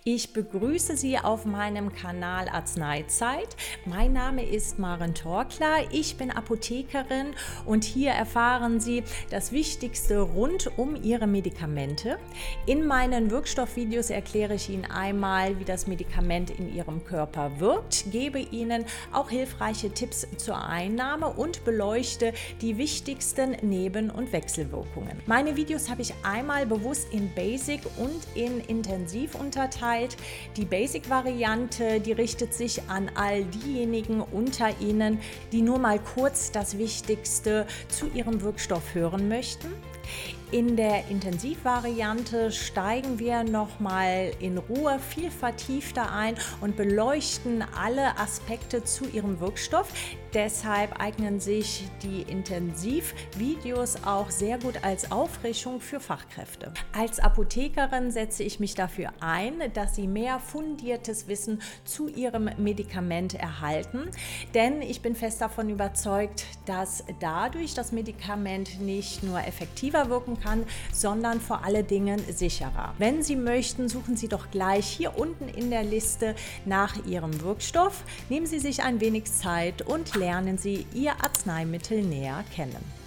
Ich begrüße Sie auf meinem Kanal Arzneizeit. Mein Name ist Maren Torkler, ich bin Apothekerin und hier erfahren Sie das Wichtigste rund um Ihre Medikamente. In meinen Wirkstoffvideos erkläre ich Ihnen einmal, wie das Medikament in Ihrem Körper wirkt, gebe Ihnen auch hilfreiche Tipps zur Einnahme und beleuchte die wichtigsten Neben- und Wechselwirkungen. Meine Videos habe ich einmal bewusst in Basic und in Intensiv unterteilt. Die Basic-Variante, die richtet sich an all diejenigen unter Ihnen, die nur mal kurz das Wichtigste zu ihrem Wirkstoff hören möchten. In der Intensivvariante steigen wir nochmal in Ruhe viel vertiefter ein und beleuchten alle Aspekte zu Ihrem Wirkstoff. Deshalb eignen sich die Intensivvideos auch sehr gut als Auffrischung für Fachkräfte. Als Apothekerin setze ich mich dafür ein, dass Sie mehr fundiertes Wissen zu Ihrem Medikament erhalten, denn ich bin fest davon überzeugt, dass dadurch das Medikament nicht nur effektiver wirken kann, sondern vor allen Dingen sicherer. Wenn Sie möchten, suchen Sie doch gleich hier unten in der Liste nach Ihrem Wirkstoff. Nehmen Sie sich ein wenig Zeit und lernen Sie Ihr Arzneimittel näher kennen.